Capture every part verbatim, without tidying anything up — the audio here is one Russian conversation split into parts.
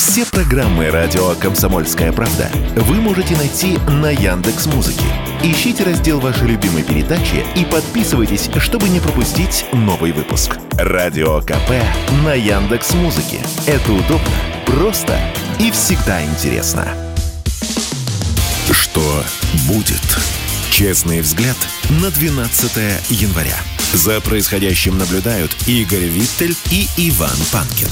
Все программы радио «Комсомольская правда» вы можете найти на Яндекс.Музыке. Ищите раздел вашей любимой передачи и подписывайтесь, чтобы не пропустить новый выпуск. Радио КП на Яндекс.Музыке. Это удобно, просто и всегда интересно. Что будет? Честный взгляд на двенадцатое января. За происходящим наблюдают Игорь Виттель и Иван Панкин.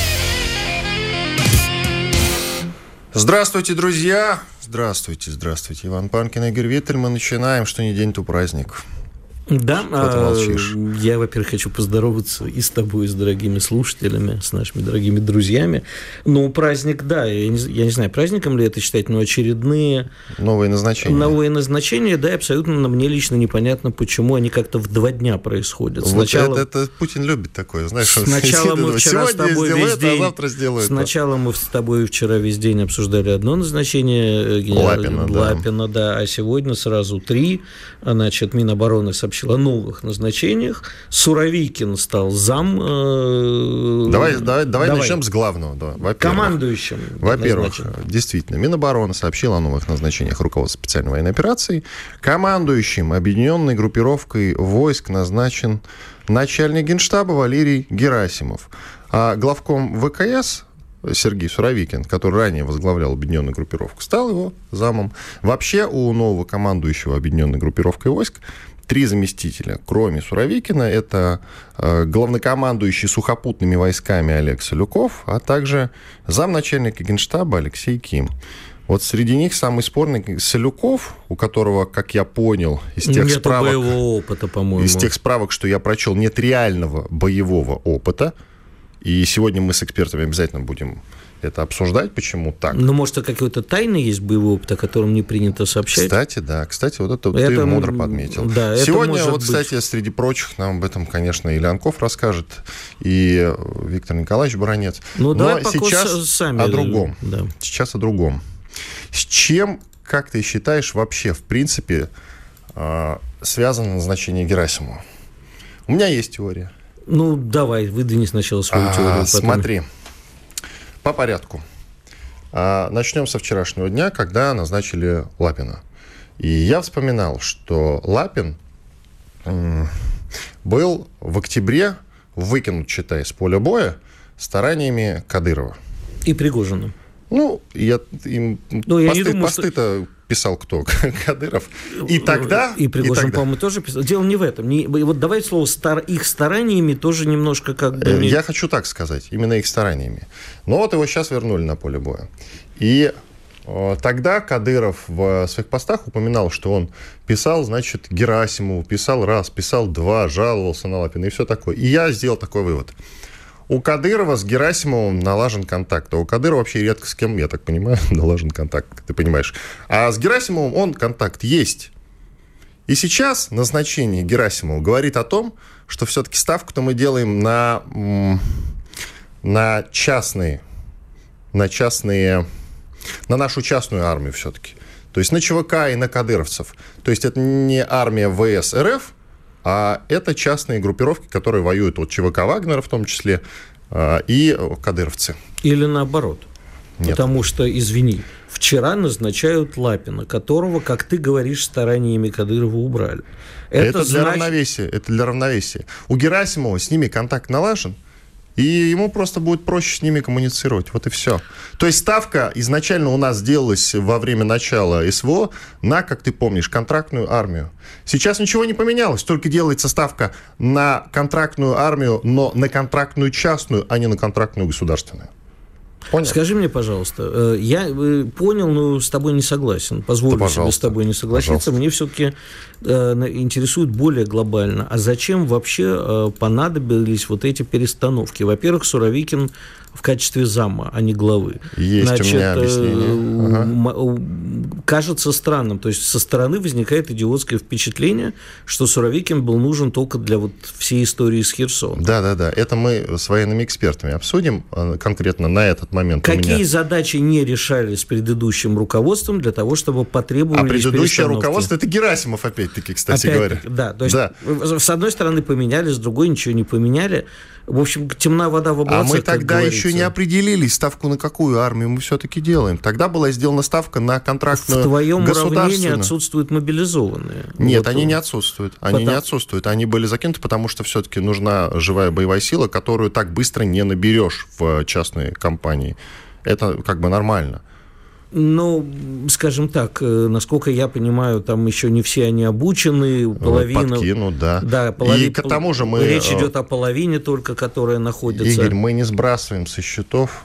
Здравствуйте, друзья! Здравствуйте, здравствуйте. Иван Панкин, Игорь Виттель. Мы начинаем, что ни день, то праздник. Да, Что ты молчишь? Я, во-первых, хочу поздороваться и с тобой, и с дорогими слушателями, с нашими дорогими друзьями. Ну, праздник, да, я не, я не знаю, праздником ли это считать, но очередные... Новые назначения. Новые назначения, да, и абсолютно мне лично непонятно, почему они как-то в два дня происходят. Сначала... Вот это, это Путин любит такое, знаешь. Сначала мы вчера с тобой весь это, день... а завтра сделают. Сначала мы с тобой вчера весь день обсуждали одно назначение генерала Лапина, Лапина, да. да, а сегодня сразу три. Значит, Минобороны сообщил о новых назначениях. Суровикин стал зам. Э, давай, давай, давай, давай начнем с главного. Да. Во-первых, командующим. Во-первых, назначен. Действительно, Минобороны сообщил о новых назначениях руководства специальной военной операции. Командующим объединенной группировкой войск назначен начальник Генштаба Валерий Герасимов. А главком ВКС Сергей Суровикин, который ранее возглавлял объединенную группировку, стал его замом. Вообще у нового командующего объединенной группировкой войск три заместителя, кроме Суровикина. Это э, главнокомандующий сухопутными войсками Олег Солюков, а также замначальника Генштаба Алексей Ким. Вот среди них самый спорный Солюков, у которого, как я понял, из тех нет справок... боевого опыта, по-моему. Из тех справок, что я прочел, нет реального боевого опыта. И сегодня мы с экспертами обязательно будем это обсуждать, почему так. Ну, может, какой-то тайный есть боевой опыт, о котором не принято сообщать? Кстати, да. Кстати, вот это, это ты мудро подметил. Да, сегодня, вот, быть... кстати, среди прочих, нам об этом, конечно, и Леонков расскажет, и Виктор Николаевич Баранец. Ну, Но давай сейчас сами... о другом. Да. Сейчас о другом. С чем, как ты считаешь, вообще, в принципе, связано назначение Герасимова? У меня есть теория. Ну, давай, выдвини сначала свою теорию. А, потом... Смотри, по порядку. А, начнем со вчерашнего дня, когда назначили Лапина. И я вспоминал, что Лапин м- был в октябре выкинут, считай, с поля боя стараниями Кадырова. И Пригожиным. Ну, я им ну, я посты, не думаю, посты-то что... писал кто? Кадыров. И тогда... И Пригожин, по-моему, тоже писал. Дело не в этом. Не... Вот давай слово стар... их стараниями тоже немножко как бы... Я хочу так сказать. Именно их стараниями. Но вот его сейчас вернули на поле боя. И э, тогда Кадыров в своих постах упоминал, что он писал, значит, Герасимову, писал раз, писал два, жаловался на Лапина и все такое. И я сделал такой вывод. У Кадырова с Герасимовым налажен контакт. А у Кадырова вообще редко с кем, я так понимаю, налажен контакт, ты понимаешь. А с Герасимовым он контакт есть. И сейчас назначение Герасимова говорит о том, что все-таки ставку-то мы делаем на, на частные, на частные, на нашу частную армию все-таки. То есть на ЧВК и на кадыровцев. То есть это не армия ВС РФ, а это частные группировки, которые воюют от ЧВК Вагнера в том числе, и кадыровцы. Или наоборот. Нет. Потому что, извини, вчера назначают Лапина, которого, как ты говоришь, стараниями Кадырова убрали. Это, это, для, значит... равновесия, это для равновесия. У Герасимова с ними контакт налажен, и ему просто будет проще с ними коммуницировать. Вот и все. То есть ставка изначально у нас делалась во время начала СВО на, как ты помнишь, контрактную армию. Сейчас ничего не поменялось, только делается ставка на контрактную армию, но на контрактную частную, а не на контрактную государственную. Понял? Скажи мне, пожалуйста, я понял, но с тобой не согласен. Позволю да, себе с тобой не согласиться. Пожалуйста. Мне все-таки интересует более глобально. А зачем вообще понадобились вот эти перестановки? Во-первых, Суровикин в качестве зама, а не главы. Есть Значит, у меня объяснение. Ага. Кажется странным. То есть со стороны возникает идиотское впечатление, что Суровикин был нужен только для вот всей истории с Херсоном. Да-да-да. Это мы с военными экспертами обсудим конкретно на этот момент. Какие меня... задачи не решались предыдущим руководством для того, чтобы потребовали А предыдущее руководство – это Герасимов, опять-таки, кстати опять говоря. Да, то есть, да. с одной стороны поменяли, с другой ничего не поменяли. В общем, темна вода в облацах, а мы тогда говорится. еще не определились, ставку на какую армию мы все-таки делаем. Тогда была сделана ставка на контрактную государственную. В твоем уравнении отсутствуют мобилизованные. Нет, вот. они не отсутствуют. Они Потому... не отсутствуют. Они были закинуты, потому что все-таки нужна живая боевая сила, которую так быстро не наберешь в частной компании. Это как бы нормально. Ну, скажем так, насколько я понимаю, там еще не все они обучены, половина... Подкинут, да. Да, полови... И к тому же мы... Речь идет о половине только, которая находится... Игорь, мы не сбрасываем со счетов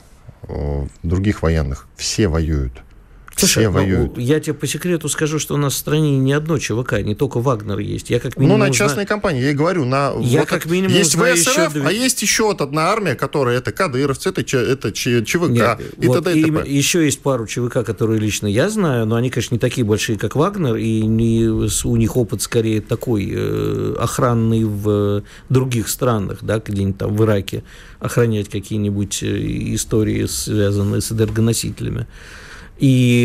других военных. Все воюют. Слушай, все ну, воюют. Я тебе по секрету скажу, что у нас в стране не одно ЧВК, не только Вагнер есть. Я как минимум ну, на знаю... частной компании, я и говорю. На... Я вот как минимум есть знаю ВСРФ, еще... а есть еще вот одна армия, которая это кадыровцы, это, это ЧВК. Нет, и вот т.д. и т.п. Еще есть пару ЧВК, которые лично я знаю, но они, конечно, не такие большие, как Вагнер, и не, у них опыт скорее такой э, охранный в других странах, да, где-нибудь там в Ираке охранять какие-нибудь истории, связанные с энергоносителями. И,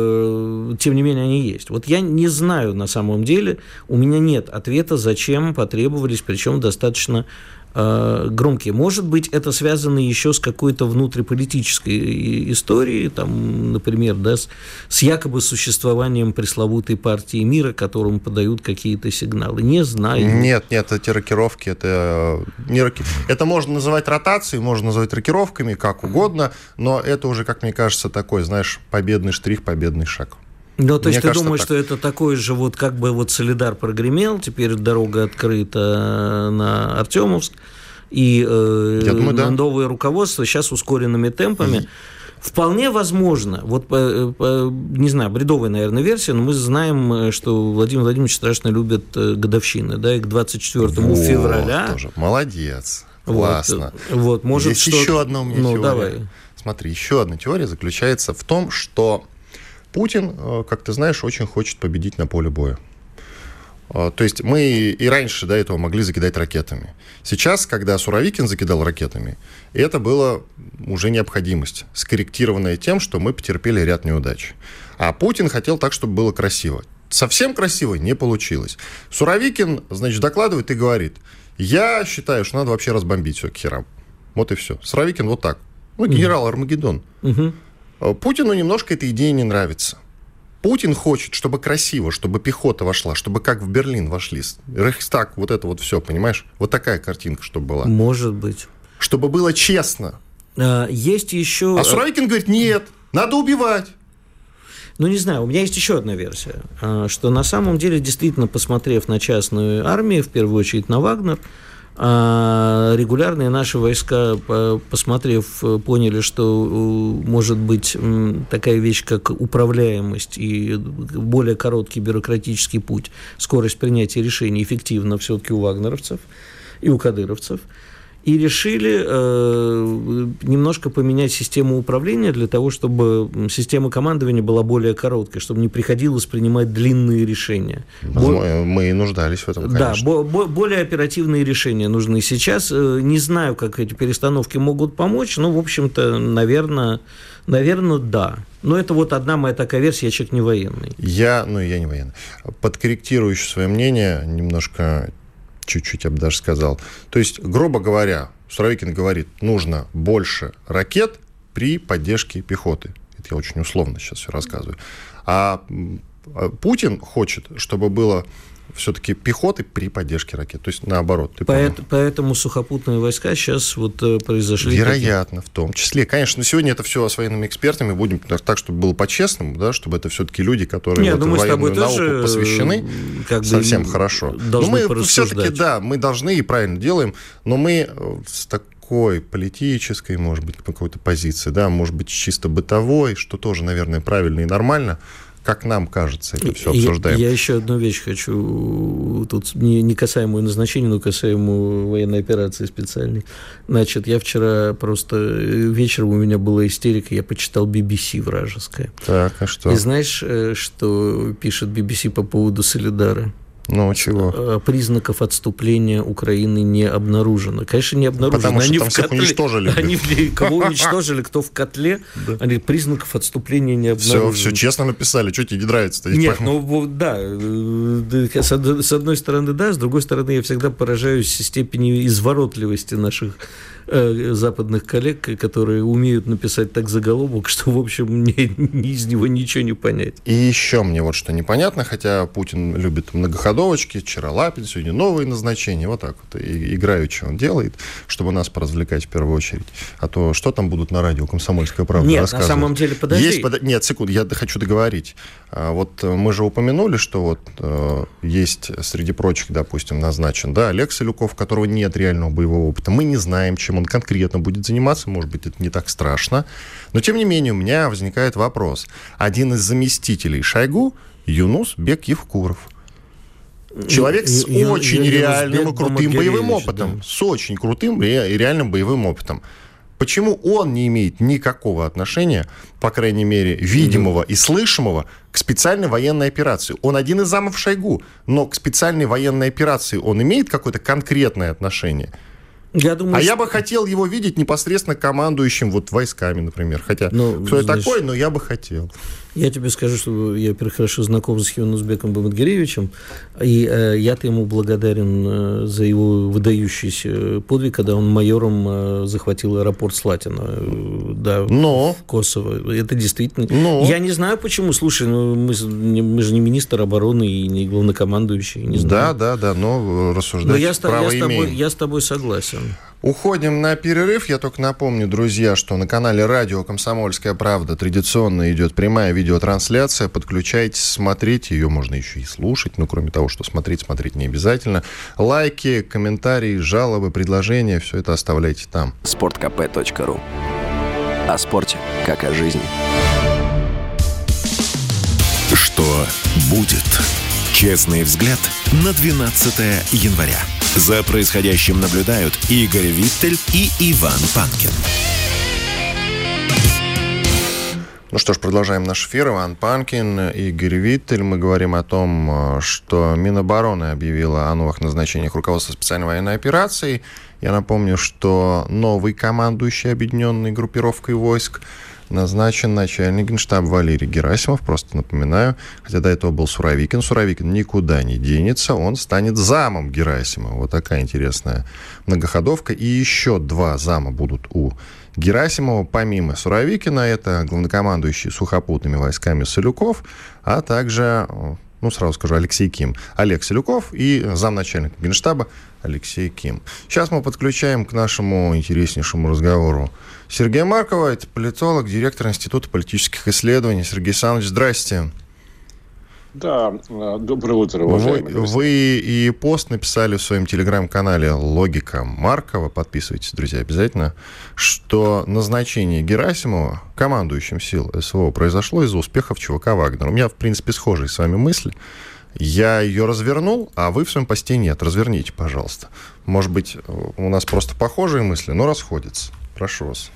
э, тем не менее, они есть. Вот я не знаю на самом деле, у меня нет ответа, зачем потребовались, причем достаточно э, громкие. Может быть, это связано еще с какой-то внутриполитической историей, там, например, да, с, с якобы существованием пресловутой партии мира, которым подают какие-то сигналы. Не знаю. Нет, нет, эти рокировки, это не роки... Это можно называть ротацией, можно называть рокировками, как угодно, но это уже, как мне кажется, такой, знаешь, победный штрих, победный шаг. Ну, то есть Мне ты кажется, думаешь, так. что это такой же, вот как бы вот Солидар прогремел, теперь дорога открыта на Артемовск, и э, думаю, да. новое руководство сейчас ускоренными темпами. Mm-hmm. Вполне возможно, вот, по, по, не знаю, бредовая, наверное, версия, но мы знаем, что Владимир Владимирович страшно любит годовщины, да, и к двадцать четвёртому вот, февраля... Тоже. Молодец, классно. Вот, вот, может, Есть что... еще одна у меня ну, теория. Давай. Смотри, еще одна теория заключается в том, что Путин, как ты знаешь, очень хочет победить на поле боя. То есть мы и раньше до этого могли закидать ракетами. Сейчас, когда Суровикин закидал ракетами, это была уже необходимость, скорректированная тем, что мы потерпели ряд неудач. А Путин хотел так, чтобы было красиво. Совсем красиво не получилось. Суровикин, значит, докладывает и говорит: я считаю, что надо вообще разбомбить все к херам. Вот и все. Суровикин вот так. Ну, генерал Армагеддон. Угу. Путину немножко эта идея не нравится. Путин хочет, чтобы красиво, чтобы пехота вошла, чтобы как в Берлин вошли. Рейхстаг, вот это вот все, понимаешь? Вот такая картинка, чтобы была. Может быть. Чтобы было честно. А, есть еще... А Суровикин говорит: нет, надо убивать. Ну, не знаю, у меня есть еще одна версия, что на самом деле, действительно, посмотрев на частную армию, в первую очередь на Вагнер, регулярные наши войска, посмотрев, поняли, что может быть такая вещь, как управляемость и более короткий бюрократический путь, скорость принятия решений эффективна все-таки у вагнеровцев и у кадыровцев. И решили э, немножко поменять систему управления для того, чтобы система командования была более короткой, чтобы не приходилось принимать длинные решения. Мы, мы и нуждались в этом, конечно. Да, бо- бо- более оперативные решения нужны сейчас. Не знаю, как эти перестановки могут помочь, но, в общем-то, наверное, наверное, да. Но это вот одна моя такая версия, я человек не военный. Я, ну, я не военный. Подкорректирую еще свое мнение немножко... чуть-чуть, я бы даже сказал. То есть, грубо говоря, Суровикин говорит, нужно больше ракет при поддержке пехоты. Это я очень условно сейчас все рассказываю. А Путин хочет, чтобы было все-таки пехоты при поддержке ракет. То есть, наоборот. Ты Поэт, поэтому сухопутные войска сейчас вот произошли... Вероятно, в том числе. Конечно, сегодня это все с военными экспертами. Будем так, чтобы было по-честному, да, чтобы это все-таки люди, которые Нет, вот, ну, в военную науку тоже посвящены, как совсем хорошо. Но мы все-таки, да, мы должны и правильно делаем, но мы с такой политической, может быть, какой-то позиции, да, может быть, чисто бытовой, что тоже, наверное, правильно и нормально, как нам кажется, это все обсуждаем. Я, я еще одну вещь хочу, тут не, не касаемую назначения, но касаемую военной операции специальной. Значит, я вчера просто, вечером у меня была истерика, я почитал би би си вражеское. Так, а что? И знаешь, что пишет би би си по поводу Солидара? Ну, чего? Признаков отступления Украины не обнаружено. Конечно, не обнаружено. Потому что они там в всех котле, уничтожили. Они кого уничтожили, кто в котле, они признаков отступления не обнаружено. Все, все честно написали. Что тебе не нравится-то? Нет, ну да. С одной стороны, да, с другой стороны, я всегда поражаюсь степени изворотливости наших западных коллег, которые умеют написать так заголовок, что, в общем, мне из него ничего не понять. И еще мне вот что непонятно, хотя Путин любит многоходовочки, вчера Лапин, сегодня новые назначения, вот так вот, и играючи он делает, чтобы нас поразвлекать в первую очередь. А то что там будут на радио «Комсомольская правда» Нет, рассказывать? на самом деле, подожди. Есть, под... Нет, секунду, я хочу договорить. Вот мы же упомянули, что вот э, есть среди прочих, допустим, назначен, да, Олег Селюков, у которого нет реального боевого опыта. Мы не знаем, чем он конкретно будет заниматься, может быть, это не так страшно. Но, тем не менее, у меня возникает вопрос. Один из заместителей Шойгу — Юнус Бек Евкуров. Человек с Ю, очень Ю, реальным и крутым боевым опытом. Да. С очень крутым и реальным боевым опытом. Почему он не имеет никакого отношения, по крайней мере, видимого и слышимого, к специальной военной операции? Он один из замов Шойгу, но к специальной военной операции он имеет какое-то конкретное отношение? Я думаю, а что... я бы хотел его видеть непосредственно командующим вот войсками, например. Хотя, ну, кто знаешь, я такой, но я бы хотел. Я тебе скажу, что я, во-первых, хорошо знаком с Юнусбеком Бамадгереевичем, и э, я-то ему благодарен э, за его выдающийся подвиг, когда он майором э, захватил аэропорт Слатина, э, да, но... в Косово. Это действительно... Но... Я не знаю, почему. Слушай, ну, мы, мы же не министр обороны и не главнокомандующий. Не знаю. Да, да, да, но рассуждать но я право я с тобой, имеем. Я с тобой согласен. Уходим на перерыв. Я только напомню, друзья, что на канале радио «Комсомольская правда» традиционно идет прямая видеотрансляция. Подключайтесь, смотрите. Ее можно еще и слушать. Но кроме того, что смотреть, смотреть не обязательно. Лайки, комментарии, жалобы, предложения. Все это оставляйте там. спорт кэ пэ точка ру. О спорте, как о жизни. Что будет? Честный взгляд на двенадцатое января. За происходящим наблюдают Игорь Виттель и Иван Панкин. Ну что ж, продолжаем наш эфир. Иван Панкин, Игорь Виттель. Мы говорим о том, что Минобороны объявила о новых назначениях руководства специальной военной операции. Я напомню, что новый командующий объединенной группировкой войск назначен начальник Генштаба Валерий Герасимов, просто напоминаю, хотя до этого был Суровикин. Суровикин никуда не денется, он станет замом Герасимова. Вот такая интересная многоходовка. И еще два зама будут у Герасимова, помимо Суровикина, это главнокомандующий сухопутными войсками Селюков, а также, ну, сразу скажу, Алексей Ким. Олег Селюков и замначальника Генштаба Алексей Ким. Сейчас мы подключаем к нашему интереснейшему разговору Сергея Маркова, это политолог, директор Института политических исследований. Сергей Александрович, здрасте. Да, доброе утро, уважаемые вы, вы и пост написали в своем телеграм-канале «Логика Маркова», подписывайтесь, друзья, обязательно, что назначение Герасимова командующим сил СВО произошло из-за успехов ЧВК «Вагнер». У меня, в принципе, схожие с вами мысли. Я ее развернул, а вы в своем посте нет. Разверните, пожалуйста. Может быть, у нас просто похожие мысли, но расходятся. Прошу вас.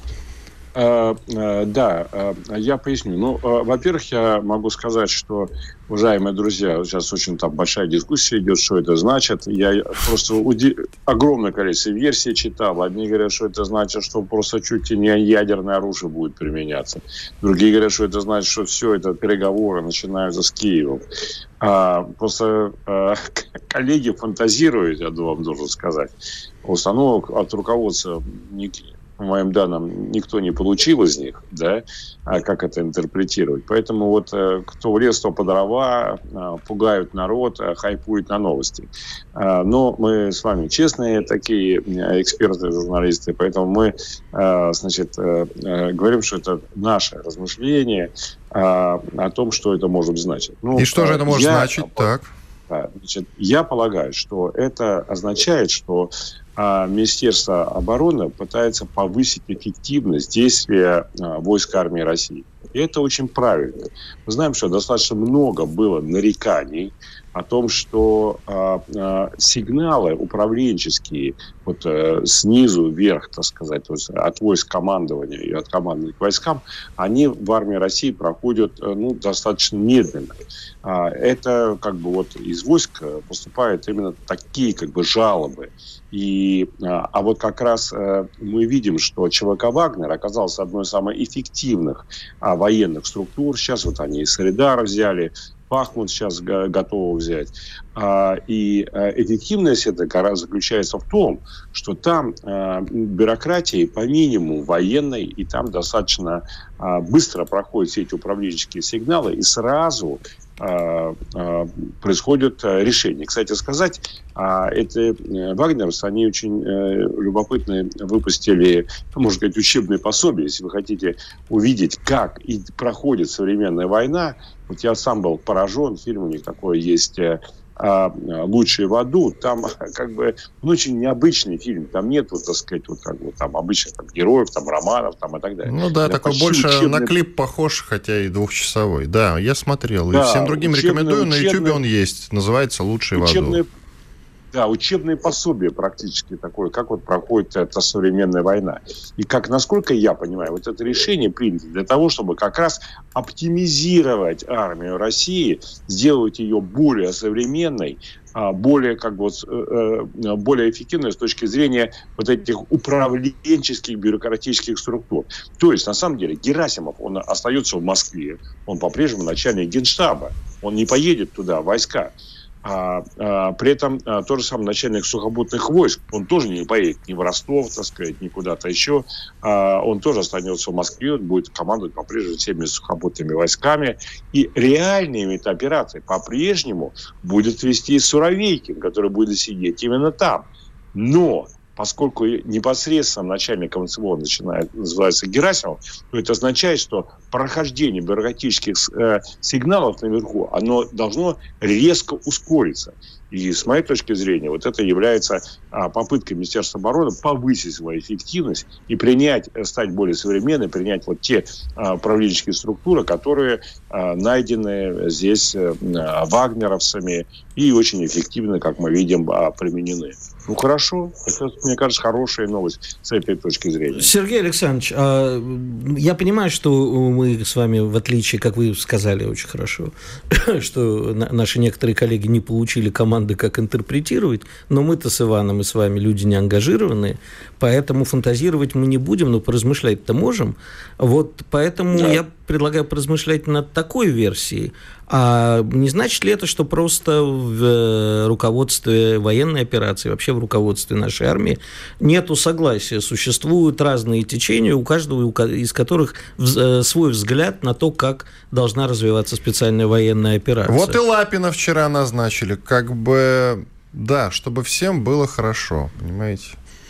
А, а, да, а, я поясню. Ну, а, во-первых, я могу сказать, что, уважаемые друзья, сейчас очень там большая дискуссия идет, что это значит. Я просто уди... огромное количество версий читал. Одни говорят, что это значит, что просто чуть ли не ядерное оружие будет применяться. Другие говорят, что это значит, что все это переговоры начинаются с Киевом. А, просто а, коллеги фантазируют, я вам должен сказать. Установок от руководства не по моим данным, никто не получил из них, да, а как это интерпретировать. Поэтому вот кто в лес, то по дрова, пугают народ, хайпуют на новости. Но мы с вами честные такие эксперты, журналисты, поэтому мы, значит, говорим, что это наше размышление о том, что это может значить. Ну, и что же это может я, значить? Так. Значит, я полагаю, что это означает, что а Министерство обороны пытается повысить эффективность действия а, войск армии России. И это очень правильно. Мы знаем, что достаточно много было нареканий о том, что а, а, сигналы управленческие вот а, снизу вверх, так сказать, то есть от войск командования и от команды к войскам, они в армии России проходят ну, достаточно медленно. А, это как бы вот из войск поступают именно такие как бы жалобы. И, а, а вот как раз а, мы видим, что ЧВК «Вагнер» оказался одной из самых эффективных а, военных структур. Сейчас вот они и Солидар взяли, Бахмут сейчас готовы взять. И эффективность эта как раз заключается в том, что там бюрократия по минимуму военной, и там достаточно быстро проходят все эти управленческие сигналы, и сразу происходит решение. Кстати сказать, эти вагнеровцы, они очень любопытно выпустили, можно сказать, учебные пособия. Если вы хотите увидеть, как и проходит современная война, вот я сам был поражен, фильм у них такой есть «Лучшие в аду», там как бы ну, очень необычный фильм, там нет, вот, так сказать, вот как бы там обычных там, героев, там романов, там и так далее. Ну да, это такой больше учебный... на клип похож, хотя и двухчасовой. Да, я смотрел, да, и всем другим учебный, рекомендую, учебный... на Ютубе он есть, называется «Лучшие учебный... в аду». Да, учебное пособие практически такое, как вот проходит эта современная война. И как, насколько я понимаю, вот это решение принято для того, чтобы как раз оптимизировать армию России, сделать ее более современной, более, как бы, более эффективной с точки зрения вот этих управленческих бюрократических структур. То есть, на самом деле, Герасимов, он остается в Москве, он по-прежнему начальник Генштаба, он не поедет туда, в войска. А, а, при этом а, тот же самый начальник сухопутных войск, он тоже не поедет ни в Ростов, так сказать, ни куда-то еще. А, он тоже останется в Москве, он будет командовать по-прежнему всеми сухопутными войсками. И реальные операции по-прежнему будет вести Суровейкин, который будет сидеть именно там. Но поскольку непосредственно начальником ЦВО начинает называться Герасимов, то это означает, что прохождение бюрократических э, сигналов наверху, оно должно резко ускориться. И с моей точки зрения, вот это является а, попыткой Министерства обороны повысить свою эффективность и принять, стать более современной, принять вот те а, управленческие структуры, которые а, найдены здесь а, вагнеровцами и очень эффективно, как мы видим, а, применены. Ну, хорошо. Это, мне кажется, хорошая новость с этой точки зрения. Сергей Александрович, я понимаю, что мы с вами, в отличие, как вы сказали очень хорошо, что наши некоторые коллеги не получили команды, как интерпретировать, но мы-то с Иваном и с вами люди не ангажированные, поэтому фантазировать мы не будем, но поразмышлять-то можем. Вот поэтому да. я предлагаю поразмышлять над такой версией. А не значит ли это, что просто в руководстве военной операции, вообще в руководстве нашей армии нету согласия? Существуют разные течения, у каждого из которых свой взгляд на то, как должна развиваться специальная военная операция. Вот и Лапина вчера назначили, как бы, да, чтобы всем было хорошо, понимаете?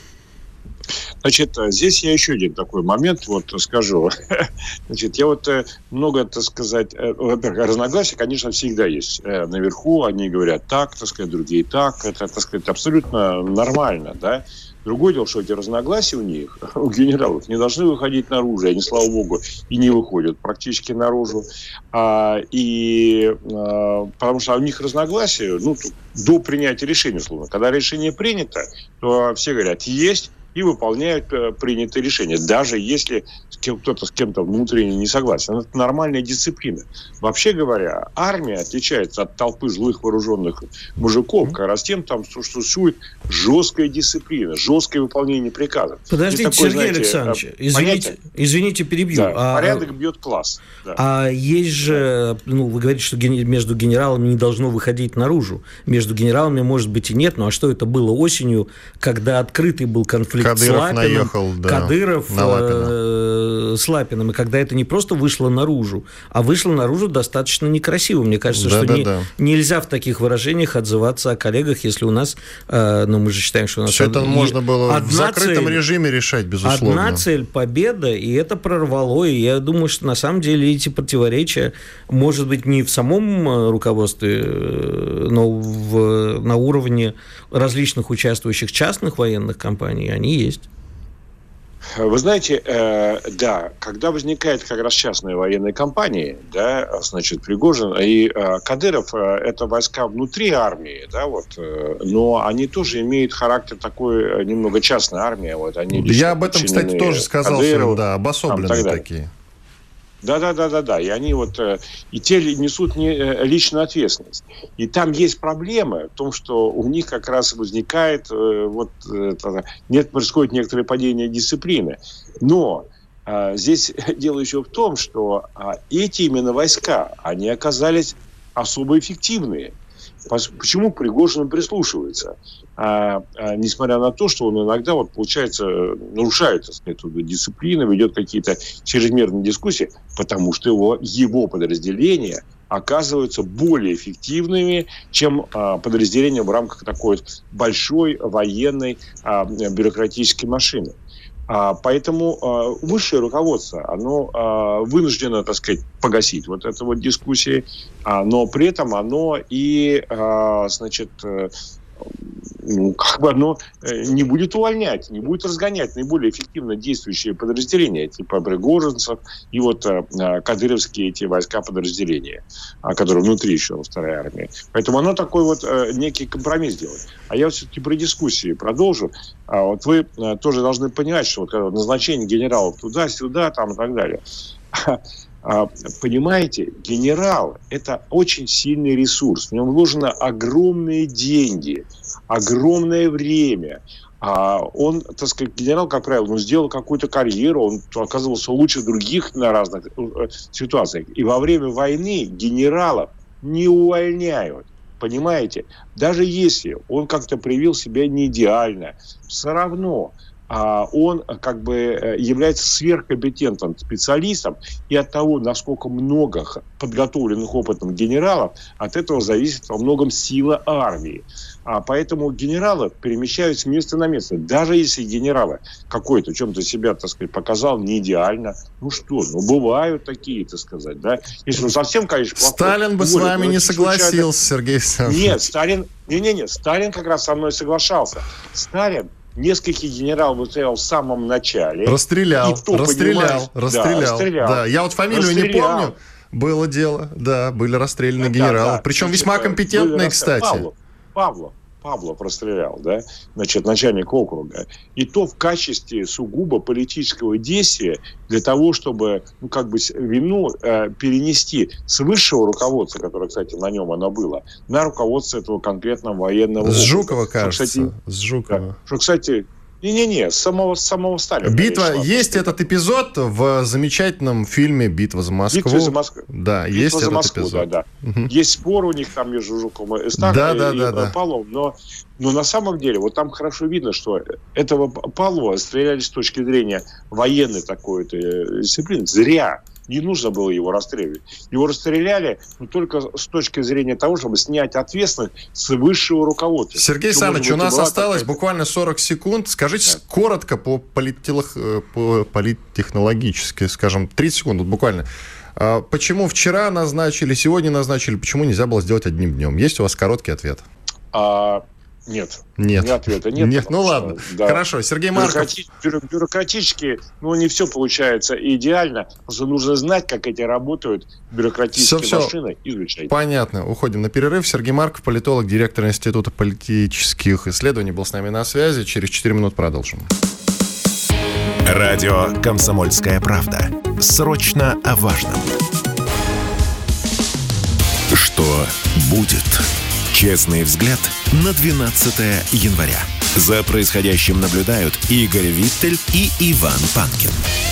Значит, здесь я еще один такой момент вот скажу. Значит, я вот много, так сказать, во-первых, разногласия, конечно, всегда есть. Наверху они говорят так, так сказать, другие так. Это, так сказать, абсолютно нормально, да. Другое дело, что эти разногласия у них, у генералов, не должны выходить наружу, они, слава богу, и не выходят практически наружу. А, и, а, потому что у них разногласия, ну, до принятия решения, условно. Когда решение принято, то все говорят, есть, и выполняют э, принятые решения, даже если кто-то с кем-то внутренне не согласен. Это нормальная дисциплина. Вообще говоря, армия отличается от толпы злых вооруженных мужиков, как раз тем, там, что существует жесткая дисциплина, жесткое выполнение приказов. Подождите, такой, Сергей знаете, Александрович, извините, извините, перебью. Да, а, порядок бьет класс. Да. А есть же, ну, вы говорите, что между генералами не должно выходить наружу. Между генералами, может быть, и нет, ну а что это было осенью, когда открытый был конфликт Кадыров с Лапиным, наехал, да, Кадыров на Лапина. э, с Лапиным, и когда это не просто вышло наружу, а вышло наружу достаточно некрасиво. Мне кажется, да, что да, не, да. нельзя в таких выражениях отзываться о коллегах, если у нас, э, ну, мы же считаем, что у нас... Все это можно было в закрытом цель, режиме решать, безусловно. Одна цель – победа, и это прорвало, и я думаю, что на самом деле эти противоречия, может быть, не в самом руководстве, но в, на уровне различных участвующих частных военных компаний, они есть. Вы знаете, э, да, когда возникает как раз частная военная компания, да, значит, Пригожин и э, Кадыров, э, это войска внутри армии, да, вот, э, но они тоже имеют характер такой э, немного частной армии, вот, они Я об этом, кстати, тоже сказал, Кадырову, что, да, обособленные там, такие. Да, да, да, да, да. И они вот и те несут не личную ответственность. И там есть проблемы в том, что у них как раз возникает вот нет, происходит некоторое падение дисциплины. Но а, здесь дело еще в том, что а, эти именно войска, они оказались особо эффективные. Почему к Пригожину прислушивается? А, а, несмотря на то, что он иногда, вот, получается, нарушает, так сказать, дисциплину, ведет какие-то чрезмерные дискуссии, потому что его, его подразделения оказываются более эффективными, чем а, подразделения в рамках такой большой военной а, бюрократической машины. А, поэтому а, высшее руководство, оно а, вынуждено, так сказать, погасить вот эту вот дискуссию, а, но при этом оно и, а, значит, ну, как бы оно не будет увольнять, не будет разгонять наиболее эффективно действующие подразделения, типа пригожинцев и вот а, кадыровские эти войска подразделения, а, которые внутри еще второй армии. Поэтому оно такой вот а, некий компромисс делает. А я все-таки про дискуссии продолжу. А, вот вы а, тоже должны понимать, что вот, когда назначение генералов туда-сюда, там и так далее. Понимаете, генерал – это очень сильный ресурс. В нем вложено огромные деньги, огромное время. Он, так сказать, генерал, как правило, он сделал какую-то карьеру, он оказывался лучше других на разных ситуациях. И во время войны генералов не увольняют. Понимаете? Даже если он как-то проявил себя не идеально, все равно он как бы является сверхкомпетентным специалистом, и от того, насколько много подготовленных опытом генералов, от этого зависит во многом сила армии. А поэтому генералы перемещаются с места на место. Даже если генералы какой-то в чем-то себя, так сказать, показал не идеально, ну что, ну бывают такие, так сказать, да. Если он совсем, конечно, плохой. Сталин бы с вами не согласился, Сергей Александрович. Нет, Сталин, не-не-не, Сталин как раз со мной соглашался. Сталин нескольких генералов выставлял в самом начале. Расстрелял, расстрелял, расстрелял. Да, расстрелял. Да, я вот фамилию расстрелял. не помню. Было дело, да, были расстреляны да, генералы. Да, Причем значит, весьма компетентные, кстати. Павлов, Павлов, Павлов расстрелял, да, значит, начальник округа. И то в качестве сугубо политического действия для того, чтобы, ну, как бы вину э, перенести с высшего руководства, которое, кстати, на нем оно было, на руководство этого конкретного военного округа. С Жукова, кажется. Что, кстати, с Жукова. Да, что, кстати... Не-не-не, с самого, с самого Сталина. Битва, конечно, есть этот эпизод в замечательном фильме «Битва за Москву». «Битва за Москву». Да, «Битва есть за этот Москву», эпизод. Да, да. Угу. Есть спор у них там между Жуковым и Стаховым, да, да, и да, да. Павловым, но, но на самом деле, вот там хорошо видно, что этого Павлова стреляли с точки зрения военной такой-то дисциплины зря. Не нужно было его расстреливать. Его расстреляли ну, только с точки зрения того, чтобы снять ответственность с высшего руководства. Сергей Александрович, у нас осталось такая... буквально сорок секунд. Скажите да. коротко по, политтелох... по политтехнологически, скажем, тридцать секунд вот буквально. Почему вчера назначили, сегодня назначили, почему нельзя было сделать одним днем? Есть у вас короткий ответ? А... Нет. Нет. Ответа нет. Нет, ну ладно. Что, да. Хорошо. Сергей Марков. Бюрократи... Бюро... Бюрократически, ну, не все получается идеально. Просто нужно знать, как эти работают бюрократические все, машины. Все. Изучать. Понятно. Уходим на перерыв. Сергей Марков, политолог, директор Института политических исследований, был с нами на связи. Через четыре минуты продолжим. Радио «Комсомольская правда». Срочно о важном. Что будет? Честный взгляд на двенадцатое января. За происходящим наблюдают Игорь Виттель и Иван Панкин.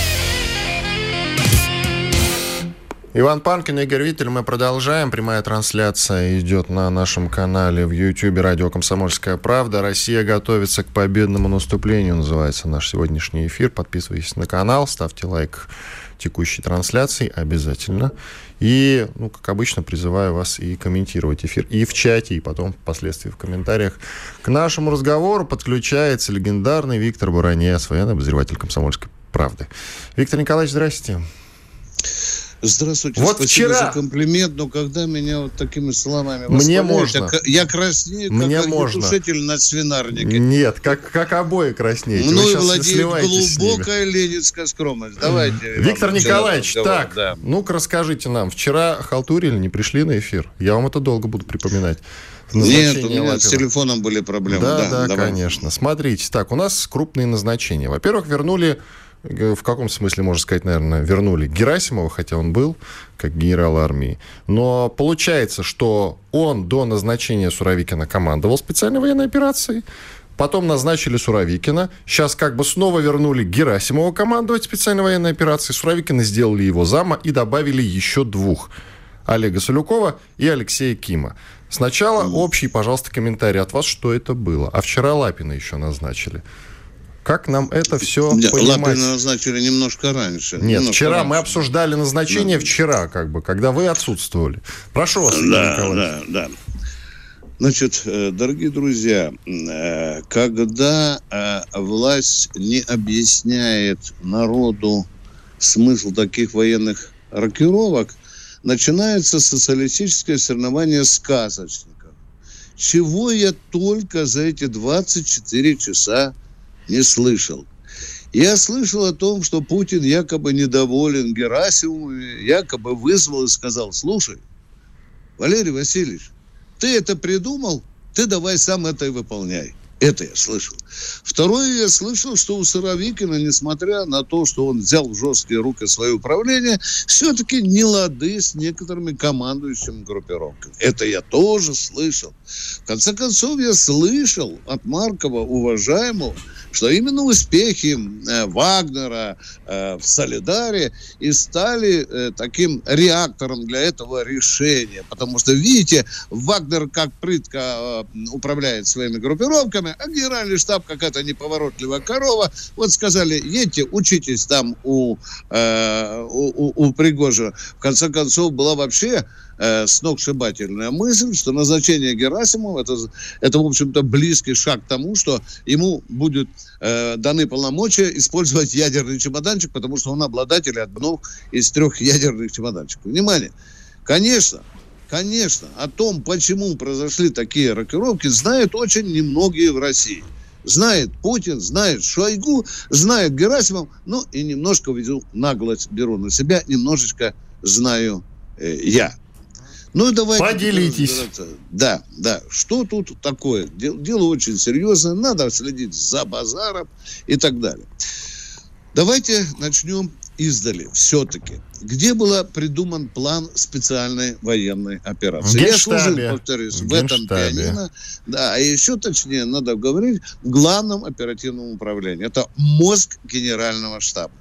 Иван Панкин, Игорь Виттель. Мы продолжаем. Прямая трансляция идет на нашем канале в Ютьюбе «Радио Комсомольская правда». Россия готовится к победному наступлению, называется наш сегодняшний эфир. Подписывайтесь на канал, ставьте лайк текущей трансляции обязательно. И, ну, как обычно, призываю вас и комментировать эфир и в чате, и потом впоследствии в комментариях. К нашему разговору подключается легендарный Виктор Баранец, военный обозреватель «Комсомольской правды». Виктор Николаевич, здрасте. Здравствуйте, вот спасибо вчера... за комплимент, но когда меня вот такими словами мне можно. Я краснею, мне как можно. тушитель на свинарнике. Нет, как, как обои краснеете. Ну Вы и владеет глубокая ленинская скромность. Давайте. Виктор Иван, Николаевич, так, да. ну-ка расскажите нам. Вчера халтурили, не пришли на эфир? Я вам это долго буду припоминать. Нет, у меня Лапина. С телефоном были проблемы. Да, да, да, давай. Конечно. Смотрите, так, у нас крупные назначения. Во-первых, вернули, в каком смысле, можно сказать, наверное, вернули Герасимова, хотя он был как генерал армии. Но получается, что он до назначения Суровикина командовал специальной военной операцией. Потом назначили Суровикина. Сейчас как бы снова вернули Герасимова командовать специальной военной операцией. Суровикина сделали его зама и добавили еще двух. Олега Солюкова и Алексея Кима. Сначала общий, пожалуйста, комментарий от вас, что это было. А вчера Лапина еще назначили. Как нам это все Нет, понимать? Лапина назначили немножко раньше. Нет, немножко вчера раньше. мы обсуждали назначение да. вчера, как бы, когда вы отсутствовали. Прошу вас, да, Николаевич. Да, да. Значит, дорогие друзья, когда власть не объясняет народу смысл таких военных рокировок, начинается социалистическое соревнование сказочников. Чего я только за эти двадцать четыре часа не слышал. Я слышал о том, что Путин якобы недоволен Герасимовым, якобы вызвал и сказал: слушай, Валерий Васильевич, ты это придумал, ты давай сам это и выполняй. Это я слышал. Второе, я слышал, что у Суровикина, несмотря на то, что он взял в жесткие руки свое управление, все-таки не лады с некоторыми командующими группировками. Это я тоже слышал. В конце концов, я слышал от Маркова, уважаемого, что именно успехи э, Вагнера э, в Солидаре и стали э, таким реактором для этого решения. Потому что, видите, Вагнер как прытко э, управляет своими группировками, а генеральный штаб какая-то неповоротливая корова. Вот сказали: едьте, учитесь там у, э, у, у, у Пригожина. В конце концов, была вообще э, сногсшибательная мысль, что назначение Герасимова это, это, в общем-то, близкий шаг к тому, что ему будет э, даны полномочия использовать ядерный чемоданчик, потому что он обладатель одного из трех ядерных чемоданчиков. Внимание! Конечно, Конечно, о том, почему произошли такие рокировки, знают очень немногие в России. Знает Путин, знает Шойгу, знает Герасимов, ну и немножко веду наглость, беру на себя, немножечко знаю э, я. Ну и давайте... Поделитесь. Да, да. Что тут такое? Дело, дело очень серьезное, надо следить за базаром и так далее. Давайте начнем издали. Все-таки. Где был придуман план специальной военной операции? В Я служил, повторюсь, в, в этом пианино. Да, а еще точнее, надо говорить, в главном оперативном управлении. Это мозг генерального штаба.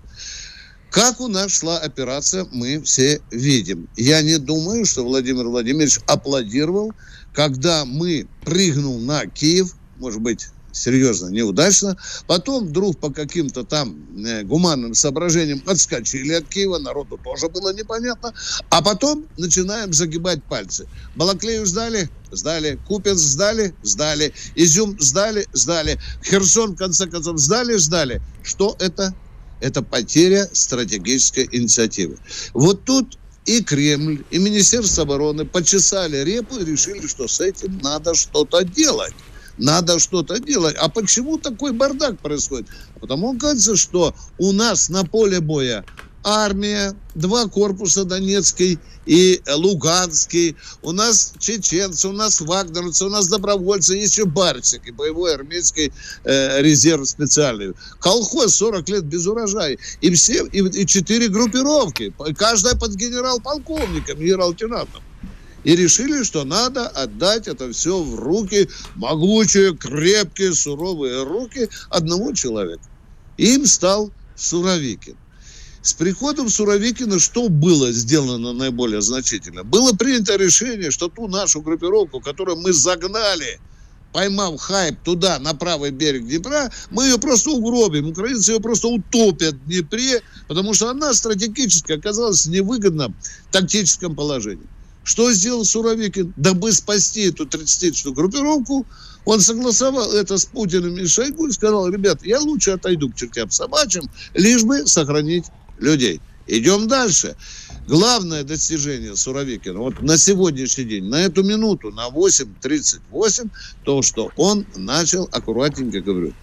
Как у нас шла операция, мы все видим. Я не думаю, что Владимир Владимирович аплодировал, когда мы прыгнул на Киев, может быть, серьезно, неудачно. Потом вдруг по каким-то там э, гуманным соображениям отскочили от Киева. Народу тоже было непонятно. А потом начинаем загибать пальцы. Балаклею сдали? Сдали. Купенск сдали? Сдали. Изюм сдали? Сдали. Херсон, в конце концов, сдали? Сдали. Что это? Это потеря стратегической инициативы. Вот тут и Кремль, и Министерство обороны почесали репу и решили, что с этим надо что-то делать. Надо что-то делать. А почему такой бардак происходит? Потому, кажется, что у нас на поле боя армия, два корпуса Донецкий и Луганский, у нас чеченцы, у нас вагнеровцы, у нас добровольцы, есть еще Барсик и боевой армейский э, резерв специальный. Колхоз сорок лет без урожая. И все, и, и четыре группировки. Каждая под генерал-полковником, генерал-лейтенантом. И решили, что надо отдать это все в руки, могучие, крепкие, суровые руки одного человека. Им стал Суровикин. С приходом Суровикина что было сделано наиболее значительно? Было принято решение, что ту нашу группировку, которую мы загнали, поймав хайп туда, на правый берег Днепра, мы ее просто угробим. Украинцы ее просто утопят в Днепре, потому что она стратегически оказалась в невыгодном тактическом положении. Что сделал Суровикин? Дабы спасти эту тридцатитысячную группировку, он согласовал это с Путиным и Шойгу и сказал: ребят, я лучше отойду к чертям собачьим, лишь бы сохранить людей. Идем дальше. Главное достижение Суровикина вот на сегодняшний день, на эту минуту, на восемь тридцать восемь, то, что он начал, аккуратненько говорю,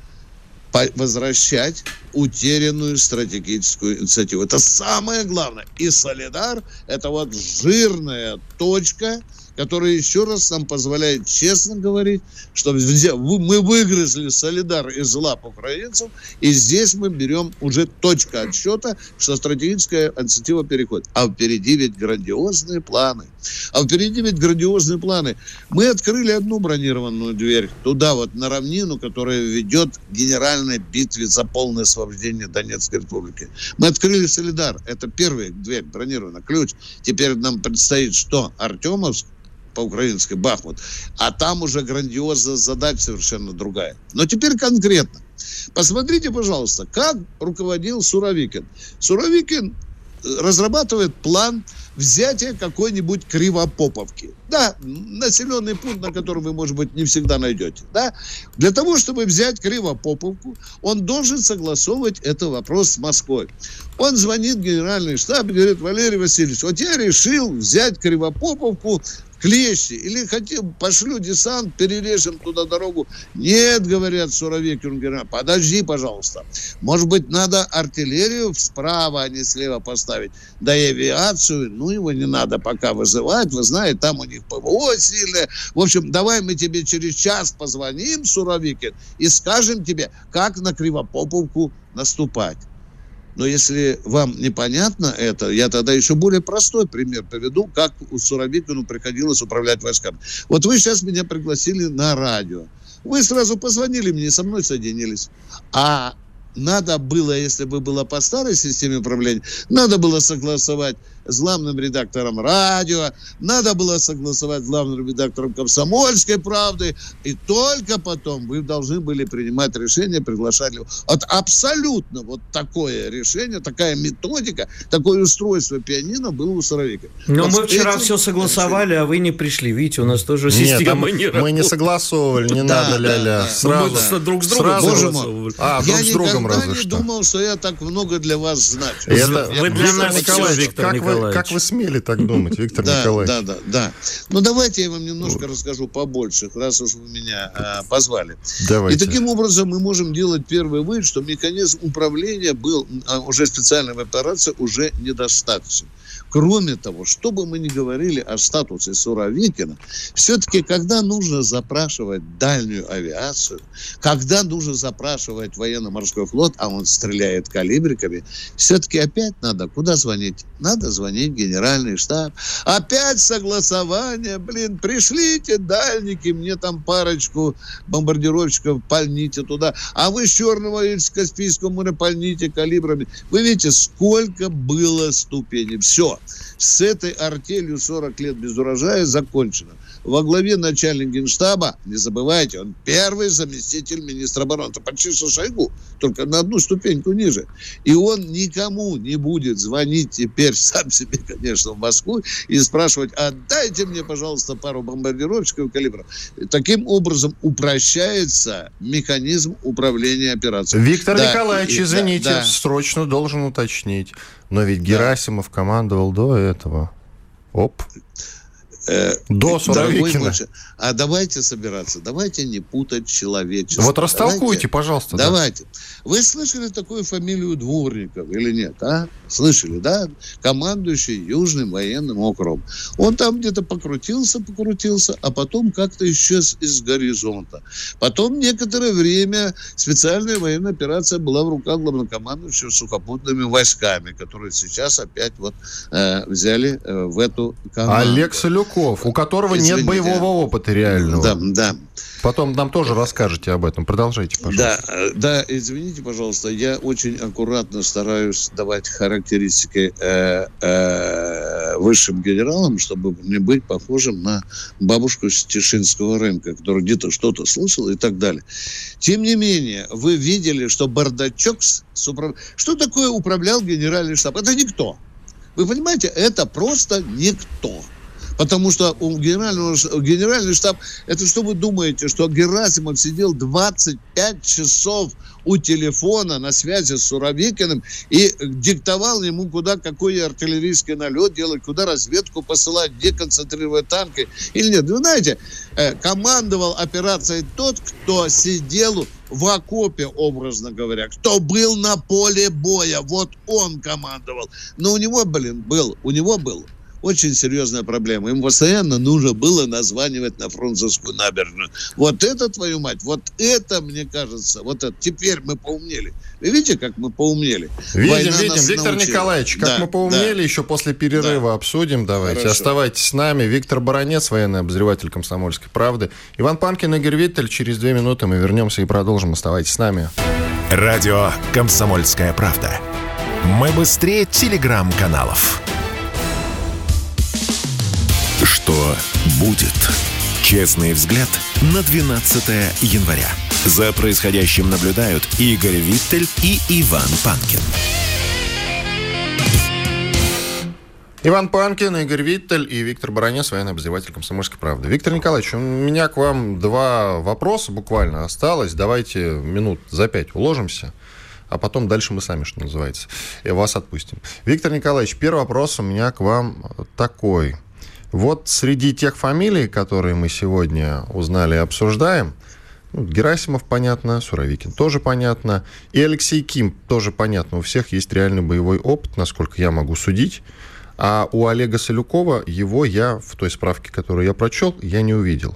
возвращать утерянную стратегическую инициативу. Это самое главное. И Солидар – это вот жирная точка, которая еще раз нам позволяет честно говорить, что мы выгрызли Солидар из лап украинцев, и здесь мы берем уже точка отсчета, что стратегическая инициатива переходит. А впереди ведь грандиозные планы. А впереди ведь грандиозные планы. Мы открыли одну бронированную дверь туда вот на равнину, которая ведет к генеральной битве за полное освобождение Донецкой республики. Мы открыли Солидар. Это первая дверь бронированная, ключ. Теперь нам предстоит что? Артемовск, по-украински Бахмут, а там уже грандиозная задача совершенно другая. Но теперь конкретно. Посмотрите, пожалуйста, как руководил Суровикин. Суровикин разрабатывает план взятия какой-нибудь Кривопоповки. Да, населенный пункт, на котором вы, может быть, не всегда найдете. Да? Для того, чтобы взять Кривопоповку, он должен согласовывать этот вопрос с Москвой. Он звонит в генеральный штаб и говорит: Валерий Васильевич, вот я решил взять Кривопоповку Клещи, или хотим, пошлю десант, перережем туда дорогу. Нет, говорят Суровикин, говорят, подожди, пожалуйста. Может быть, надо артиллерию справа, а не слева поставить. Да и авиацию, ну, его не надо пока вызывать, вы знаете, там у них ПВО сильное. В общем, давай мы тебе через час позвоним, Суровикин, и скажем тебе, как на Кривопоповку наступать. Но если вам непонятно это, я тогда еще более простой пример приведу, как у Суровикину приходилось управлять войсками. Вот вы сейчас меня пригласили на радио. Вы сразу позвонили мне, со мной соединились. А надо было, если бы было по старой системе управления, надо было согласовать с главным редактором радио, надо было согласовать с главным редактором «Комсомольской правды», и только потом вы должны были принимать решение, приглашать его. Вот абсолютно вот такое решение, такая методика, такое устройство пианино было у Суровикина. Но вот мы вчера все согласовали, решением. А вы не пришли. Видите, у нас тоже система Нет, не мы не согласовывали, не да, надо ля-ля. Да, сразу, мы друг с другом согласовывали. А, друг я с другом разве что. Я не думал, что я так много для вас значу. Это, вы для нас Николаевич, Виктор как Николаевич. Вы, как вы смели так думать, Виктор да, Николаевич? Да, да, да. Ну, давайте я вам немножко расскажу побольше, раз уж вы меня а, позвали. Давайте. И таким образом мы можем делать первый вывод, что механизм управления был а, уже специальной операции уже недостаточен. Кроме того, что бы мы ни говорили о статусе Суровикина, все-таки, когда нужно запрашивать дальнюю авиацию, когда нужно запрашивать военно-морской флот, а он стреляет калибриками, все-таки опять надо куда звонить? Надо звонить в генеральный штаб. Опять согласование, блин, пришлите дальники, мне там парочку бомбардировщиков, пальните туда, а вы с Черного или с Каспийского моря пальните калибрами. Вы видите, сколько было ступеней. Все. С этой артелью сорок лет без урожая закончено. Во главе начальник генштаба, не забывайте, он первый заместитель министра обороны. Это почти что Шойгу, только на одну ступеньку ниже. И он никому не будет звонить теперь сам себе, конечно, в Москву и спрашивать: отдайте мне, пожалуйста, пару бомбардировщиков и калибров. Таким образом упрощается механизм управления операцией. Виктор да, Николаевич, и, извините, да, да. срочно должен уточнить. Но ведь Герасимов да. командовал до этого. Оп. До Суровикина. А давайте собираться, давайте не путать человечество. Вот растолкуйте, давайте, пожалуйста. Давайте. Да. Вы слышали такую фамилию Дворников или нет? А? Слышали, да? Командующий Южным военным округом. Он там где-то покрутился, покрутился, а потом как-то исчез из горизонта. Потом некоторое время специальная военная операция была в руках главнокомандующего сухопутными войсками, которые сейчас опять вот э, взяли э, в эту команду. Олег Солюков, у которого Извините. нет боевого опыта реального. Да, да. Потом нам тоже расскажете об этом. Продолжайте, пожалуйста. Да, да, извините, пожалуйста, я очень аккуратно стараюсь давать характеристики э, э, высшим генералам, чтобы не быть похожим на бабушку с Тишинского рынка, который где-то что-то слышал и так далее. Тем не менее, вы видели, что бардачок... С управ... Что такое управлял генеральный штаб? Это никто. Вы понимаете, это просто никто. Потому что у генерального, генеральный штаб, это что вы думаете, что Герасимов сидел двадцать пять часов у телефона на связи с Суровикиным и диктовал ему, куда какой артиллерийский налет делать, куда разведку посылать, где концентрировать танки или нет. Вы знаете, командовал операцией тот, кто сидел в окопе, образно говоря, кто был на поле боя. Вот он командовал. Но у него, блин, был, у него был очень серьезная проблема. Ему постоянно нужно было названивать на Фрунзенскую набережную. Вот это, твою мать, вот это, мне кажется, вот это, теперь мы поумнели. Вы видите, как мы поумнели? Видим, Война видим. Виктор научила. Николаевич, как да, мы поумнели, да. еще после перерыва да. обсудим. Давайте. Хорошо. Оставайтесь с нами. Виктор Баранец, военный обозреватель «Комсомольской правды». Иван Панкин, Игорь Виттель. Через две минуты мы вернемся и продолжим. Оставайтесь с нами. Радио «Комсомольская правда». Мы быстрее телеграм-каналов. Что будет? Честный взгляд на двенадцатое января. За происходящим наблюдают Игорь Виттель и Иван Панкин. Иван Панкин, Игорь Виттель и Виктор Баранец, военный обозреватель «Комсомольской правды». Виктор Николаевич, у меня к вам два вопроса буквально осталось. Давайте минут за пять уложимся, а потом дальше мы сами, что называется, и вас отпустим. Виктор Николаевич, первый вопрос у меня к вам такой. Вот среди тех фамилий, которые мы сегодня узнали и обсуждаем, ну, Герасимов понятно, Суровикин тоже понятно, и Алексей Ким тоже понятно. У всех есть реальный боевой опыт, насколько я могу судить. А у Олега Солюкова его я, в той справке, которую я прочел, я не увидел.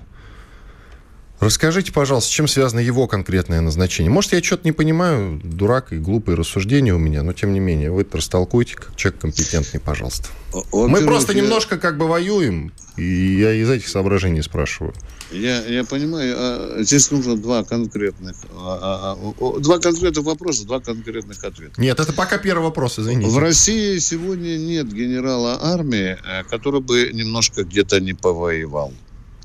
Расскажите, пожалуйста, с чем связано его конкретное назначение? Может, я что-то не понимаю, дурак и глупые рассуждения у меня, но тем не менее, вы это растолкуйте, как человек компетентный, пожалуйста. Он, Мы просто я... немножко как бы воюем, и я из этих соображений спрашиваю. Я, я понимаю, а здесь нужно два конкретных, а, а, два конкретных вопроса, два конкретных ответа. Нет, это пока первый вопрос, извините. В России сегодня нет генерала армии, который бы немножко где-то не повоевал.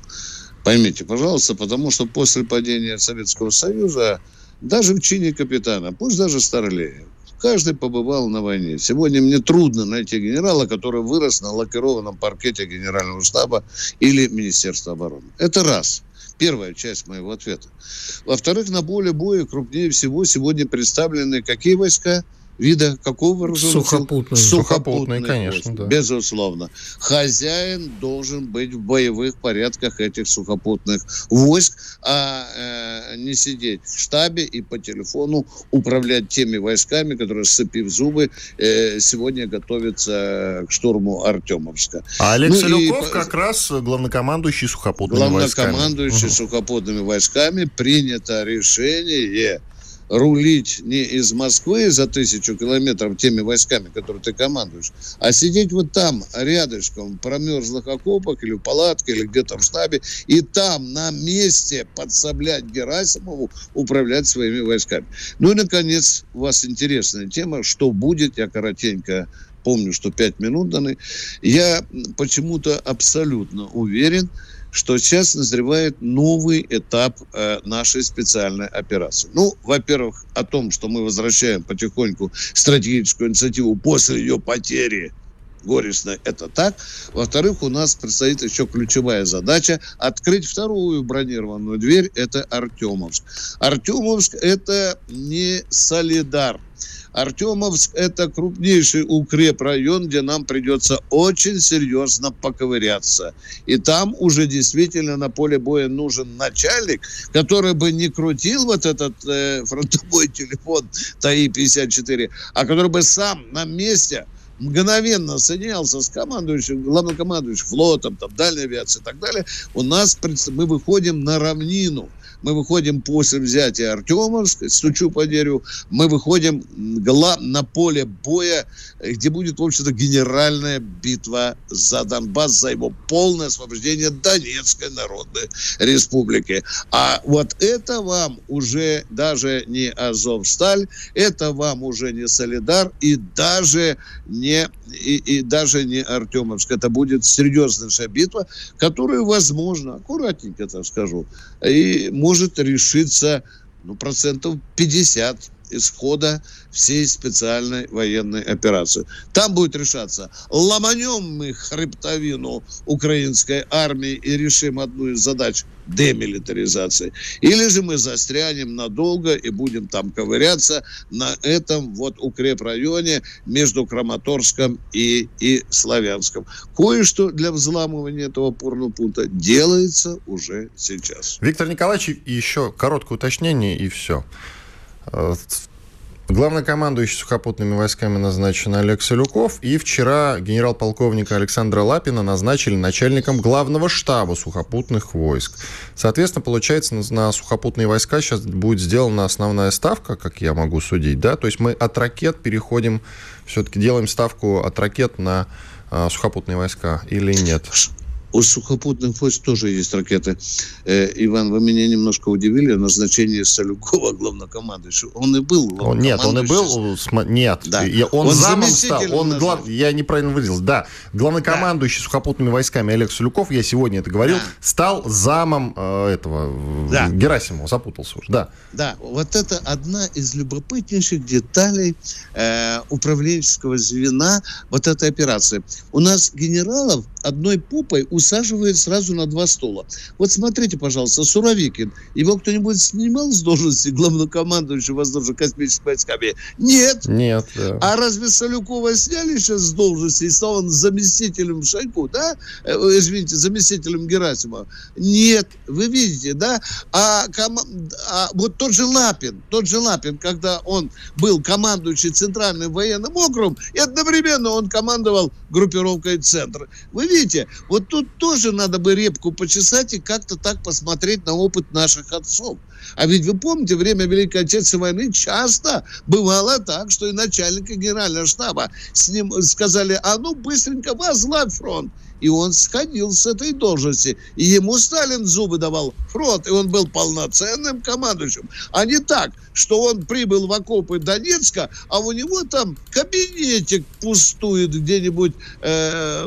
Поймите, пожалуйста, потому что после падения Советского Союза даже в чине капитана, пусть даже старлея, каждый побывал на войне. Сегодня мне трудно найти генерала, который вырос на лакированном паркете Генерального штаба или Министерства обороны. Это раз. Первая часть моего ответа. Во-вторых, на поле боя крупнее всего сегодня представлены какие войска? Вида какого вооруженного? Сухопутные. Сухопутные, конечно, да. Безусловно. Хозяин должен быть в боевых порядках этих сухопутных войск, а э, не сидеть в штабе и по телефону управлять теми войсками, которые, сцепив зубы, э, сегодня готовятся к штурму Артемовска. А Олег ну, Солюков и, как раз главнокомандующий сухопутными войсками. Главнокомандующий угу. сухопутными войсками. Принято решение рулить не из Москвы за тысячу километров теми войсками, которые ты командуешь, а сидеть вот там, рядышком, в промерзлых окопах или в палатке, или где-то в штабе, и там на месте подсоблять Герасимову управлять своими войсками. Ну и, наконец, у вас интересная тема, что будет, я коротенько помню, что пять минут даны. Я почему-то абсолютно уверен, что сейчас назревает новый этап э, нашей специальной операции. Ну, во-первых, о том, что мы возвращаем потихоньку стратегическую инициативу после ее потери горестной, это так. Во-вторых, у нас предстоит еще ключевая задача – открыть вторую бронированную дверь – это Артемовск. Артемовск – это не Солидар. Артемовск – это крупнейший укрепрайон, где нам придется очень серьезно поковыряться. И там уже действительно на поле боя нужен начальник, который бы не крутил вот этот э, фронтовой телефон ТАИ пятьдесят четыре, а который бы сам на месте мгновенно соединялся с командующим, главнокомандующим флотом, там, дальней авиацией и так далее. У нас мы выходим на равнину. Мы выходим после взятия Артемовска, стучу по дереву, мы выходим на поле боя, где будет, в общем-то, генеральная битва за Донбасс, за его полное освобождение Донецкой Народной Республики. А вот это вам уже даже не Азовсталь, это вам уже не Солидар и даже не, и, и даже не Артемовск. Это будет серьезнейшая битва, которая, возможно, аккуратненько так скажу, и может решиться ну, процентов пятьдесят исхода всей специальной военной операции. Там будет решаться, ломанем мы хребтовину украинской армии и решим одну из задач демилитаризации, или же мы застрянем надолго и будем там ковыряться на этом вот укрепрайоне между Краматорском и, и Славянском. Кое-что для взламывания этого опорного пункта делается уже сейчас. Виктор Николаевич, еще короткое уточнение и все. Главнокомандующий сухопутными войсками назначен Олег Салюков, и вчера генерал-полковника Александра Лапина назначили начальником главного штаба сухопутных войск. Соответственно, получается, на сухопутные войска сейчас будет сделана основная ставка, как я могу судить, да? То есть мы от ракет переходим, все-таки делаем ставку от ракет на а, сухопутные войска или нет? У сухопутных войск тоже есть ракеты. Э, Иван, вы меня немножко удивили назначение Салюкова главнокомандующего. Он и был главнокомандующим. Нет, он и был... Нет, да. он, он замом стал. Он глав... Я неправильно выразился. Да, главнокомандующий да. сухопутными войсками Олег Салюков, я сегодня это говорил, да. стал замом э, этого да. Герасимова. Запутался уже, да. Да, вот это одна из любопытнейших деталей э, управленческого звена вот этой операции. У нас генералов одной попой усаживает сразу на два стула. Вот смотрите, пожалуйста, Суровикин. Его кто-нибудь снимал с должности главнокомандующего воздушно-космическими войсками? Нет. Нет. Да. А разве Салюкова сняли сейчас с должности и стал он заместителем Шойгу, да? Э, извините, заместителем Герасимова? Нет. Вы видите, да? А, ком... а вот тот же Лапин, тот же Лапин, когда он был командующий Центральным военным округом, и одновременно он командовал группировкой «Центр». Вы видите, вот тут тоже надо бы репку почесать и как-то так посмотреть на опыт наших отцов. А ведь вы помните, время Великой Отечественной войны часто бывало так, что и начальника генерального штаба с ним сказали: а ну быстренько возглавь фронт. И он сходил с этой должности. И ему Сталин зубы давал фронт, и он был полноценным командующим. А не так, что он прибыл в окопы Донецка, а у него там кабинетик пустует где-нибудь э, э,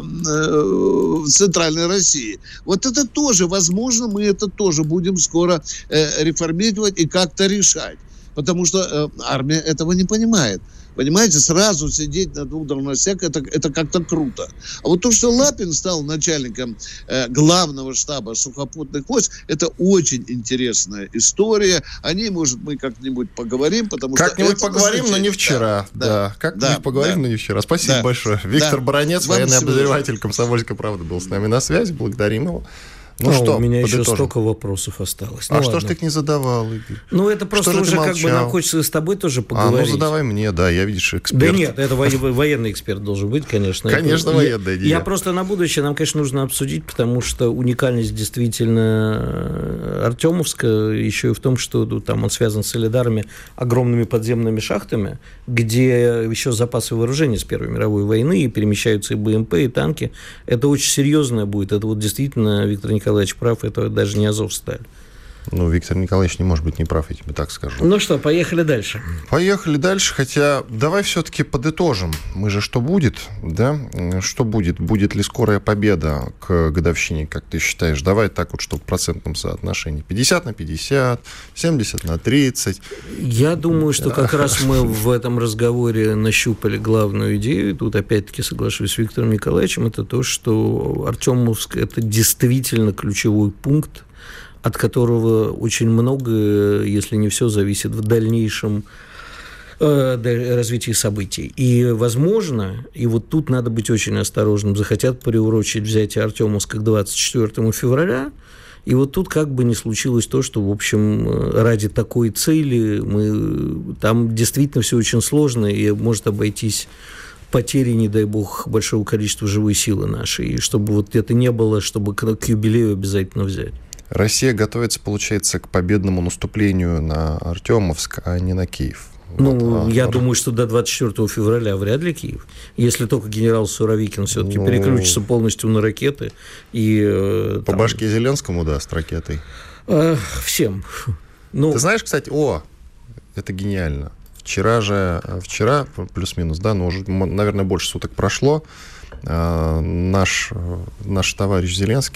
в Центральной России. Вот это тоже, возможно, мы это тоже будем скоро э, реформировать и как-то решать. Потому что э, армия этого не понимает. Понимаете, сразу сидеть на двух должностях, это, это как-то круто. А вот то, что Лапин стал начальником э, главного штаба сухопутных войск, это очень интересная история. О ней, может, мы как-нибудь поговорим, потому как что... Как-нибудь поговорим, но не вчера. Да, да. да. Как-нибудь да, поговорим, да. но не вчера. Спасибо да. большое. Виктор да. Баранец, Вам военный обозреватель «Комсомольской правды», был с нами на связи. Благодарим его. Ну, ну что, у меня подытожим. Еще столько вопросов осталось. Ну, а ладно. Что ж ты их не задавал, Игорь? Ну, это просто что уже как бы нам хочется с тобой тоже поговорить. А, ну, задавай мне, да, я, видишь, эксперт. Да нет, это военный эксперт должен быть, конечно. Конечно, это, военный. Я, я просто на будущее нам, конечно, нужно обсудить, потому что уникальность действительно Артемовска еще и в том, что там он связан с Солидарами, огромными подземными шахтами, где еще запасы вооружений с Первой мировой войны, и перемещаются и БМП, и танки. Это очень серьезное будет. Это вот действительно, Виктор Николаевич прав, это даже не Азовсталь. Ну, Виктор Николаевич не может быть не прав, я тебе так скажу. Ну что, поехали дальше. Поехали дальше, хотя давай все-таки подытожим. Мы же что будет, да? Что будет? Будет ли скорая победа к годовщине, как ты считаешь? Давай так вот, чтобы в процентном соотношении. пятьдесят на пятьдесят, семьдесят на тридцать. Я думаю, что как раз мы в этом разговоре нащупали главную идею. Тут опять-таки соглашусь с Виктором Николаевичем. Это то, что Артемовск – это действительно ключевой пункт, от которого очень много, если не все, зависит в дальнейшем э, развитии событий. И, возможно, и вот тут надо быть очень осторожным, захотят приурочить взятие Артемовска к двадцать четвёртому февраля, и вот тут как бы не случилось то, что, в общем, ради такой цели мы... Там действительно все очень сложно, и может обойтись потери, не дай бог, большого количества живой силы нашей, и чтобы вот это не было, чтобы к, к юбилею обязательно взять. Россия готовится, получается, к победному наступлению на Артемовск, а не на Киев. Ну, вот, я а... думаю, что до двадцать четвёртого февраля вряд ли Киев. Если только генерал Суровикин все-таки ну... переключится полностью на ракеты. И, По там... башке Зеленскому, да, с ракетой. А, всем. Ну... Ты знаешь, кстати, о, это гениально. Вчера же, вчера, плюс-минус, да, но уже, наверное, больше суток прошло, наш, наш товарищ Зеленский,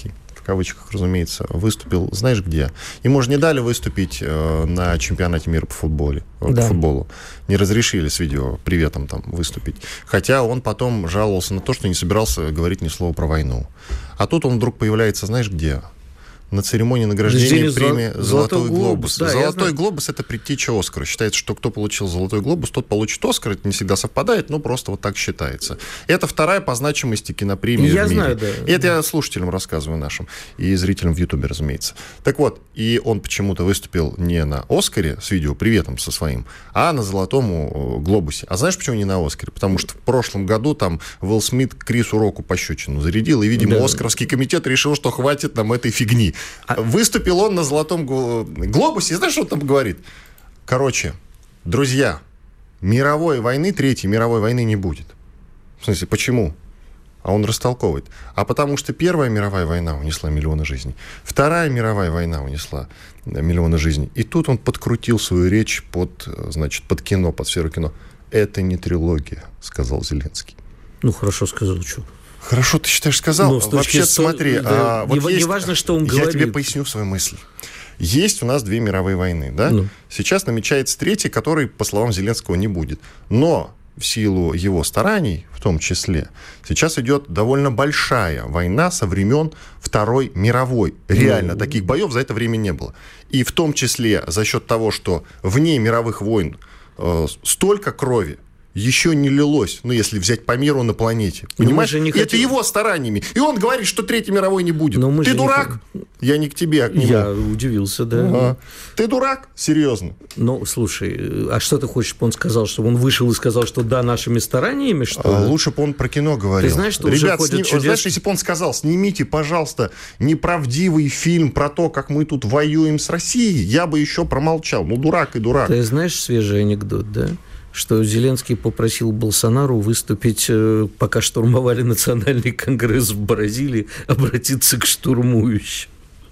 кавычках, разумеется, выступил, знаешь где? Ему же не дали выступить э, на чемпионате мира по футболе, да. по футболу. Не разрешили с видео приветом там выступить. Хотя он потом жаловался на то, что не собирался говорить ни слова про войну. А тут он вдруг появляется, знаешь где? На церемонии награждения премии «Золотой, Золотой глобус». Да, «Золотой глобус» — это предтеча Оскара. Считается, что кто получил «Золотой глобус», тот получит Оскар. Это не всегда совпадает, но просто вот так считается. Это вторая по значимости кинопремия я в мире. Знаю, да. И это я слушателям рассказываю нашим и зрителям в Ютубе, разумеется. Так вот, и он почему-то выступил не на Оскаре с видео приветом со своим, а на «Золотом глобусе». А знаешь, почему не на Оскаре? Потому что в прошлом году там Уилл Смит Крису Року пощечину зарядил, и, видимо, да. Оскаровский комитет решил, что хватит нам этой фигни. А... Выступил он на «Золотом глобусе». И знаешь, что он там говорит? Короче, друзья, мировой войны, Третьей мировой войны не будет. В смысле, почему? А он растолковывает. А потому что Первая мировая война унесла миллионы жизней. Вторая мировая война унесла миллионы жизней. И тут он подкрутил свою речь под, значит, под кино, под сферу кино. Это не трилогия, сказал Зеленский. Ну, хорошо сказал, что... Хорошо, ты считаешь, сказал? Ну, вообще, смотри, да, а, вот не, есть, не важно, что он я говорит. Я тебе поясню свою мысль. Есть у нас две мировые войны, да? Ну. Сейчас намечается третья, которой, по словам Зеленского, не будет. Но в силу его стараний, в том числе, сейчас идет довольно большая война со времен Второй мировой. Реально, ну. таких боев за это время не было. И в том числе за счет того, что вне мировых войн э, столько крови еще не лилось, ну, если взять по миру на планете. Понимаешь? Не хотим... Это его стараниями. И он говорит, что Третьей мировой не будет. Ты дурак? Не... Я не к тебе, а к нему. Я удивился, да. Ага. Ты дурак? Серьезно. Ну, слушай, а что ты хочешь, чтобы он сказал? Чтобы он вышел и сказал, что да, нашими стараниями, что а, лучше бы он про кино говорил. Ты знаешь, что Ребят, уже сним... чудес... знаешь, если бы он сказал, снимите, пожалуйста, неправдивый фильм про то, как мы тут воюем с Россией, я бы еще промолчал. Ну, дурак и дурак. Ты знаешь свежий анекдот, да? Что Зеленский попросил Болсонару выступить, пока штурмовали Национальный конгресс в Бразилии, обратиться к штурмующим.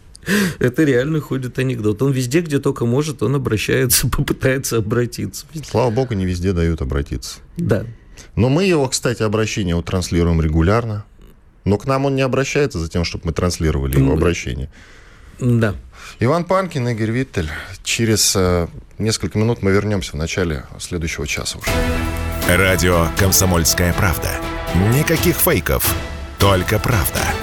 Это реально ходит анекдот. Он везде, где только может, он обращается, попытается обратиться. Слава богу, не везде дают обратиться. Да. Но мы его, кстати, обращение вот транслируем регулярно. Но к нам он не обращается за тем, чтобы мы транслировали его обращение. Да. Иван Панкин, Игорь Виттель. Через э, несколько минут мы вернемся в начале следующего часа уже. Радио «Комсомольская правда». Никаких фейков, только правда.